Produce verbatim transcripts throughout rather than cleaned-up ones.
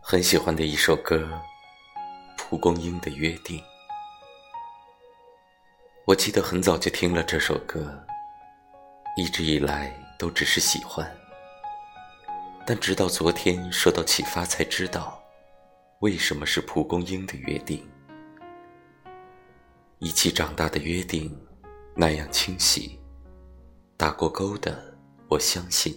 很喜欢的一首歌，蒲公英的约定。我记得很早就听了这首歌，一直以来都只是喜欢，但直到昨天受到启发才知道，为什么是蒲公英的约定。一起长大的约定那样清晰，打过勾的我相信。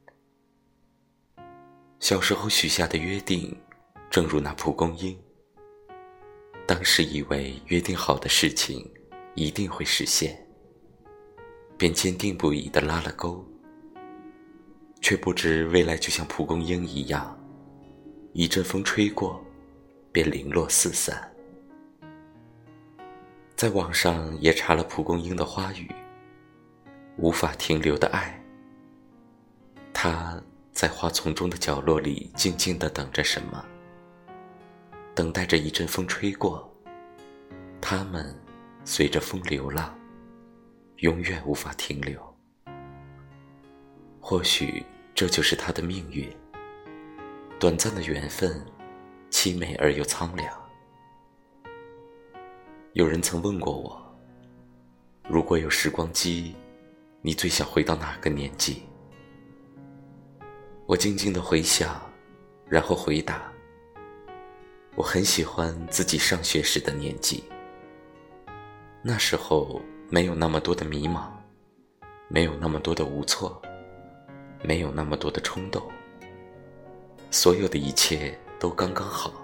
小时候许下的约定，正如那蒲公英，当时以为约定好的事情一定会实现，便坚定不移地拉了钩，却不知未来就像蒲公英一样，一阵风吹过便零落四散。在网上也查了蒲公英的花语，无法停留的爱。它在花丛中的角落里静静地等着什么，等待着一阵风吹过，它们随着风流浪，永远无法停留。或许这就是它的命运，短暂的缘分，凄美而又苍凉。有人曾问过我，如果有时光机，你最想回到哪个年纪？我静静地回想，然后回答，我很喜欢自己上学时的年纪。那时候没有那么多的迷茫，没有那么多的无措，没有那么多的冲动，所有的一切都刚刚好。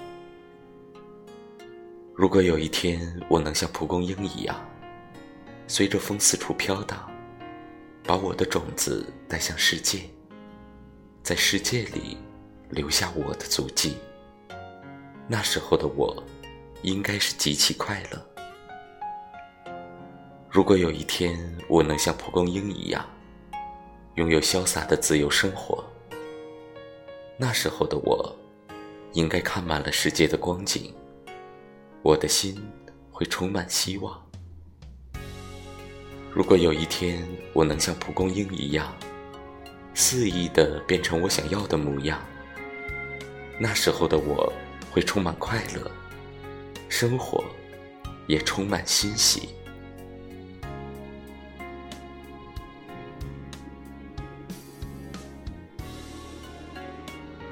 如果有一天我能像蒲公英一样，随着风四处飘荡，把我的种子带向世界，在世界里留下我的足迹，那时候的我应该是极其快乐。如果有一天我能像蒲公英一样，拥有潇洒的自由生活，那时候的我应该看满了世界的光景，我的心会充满希望。如果有一天我能像蒲公英一样，肆意地变成我想要的模样，那时候的我会充满快乐，生活也充满欣喜。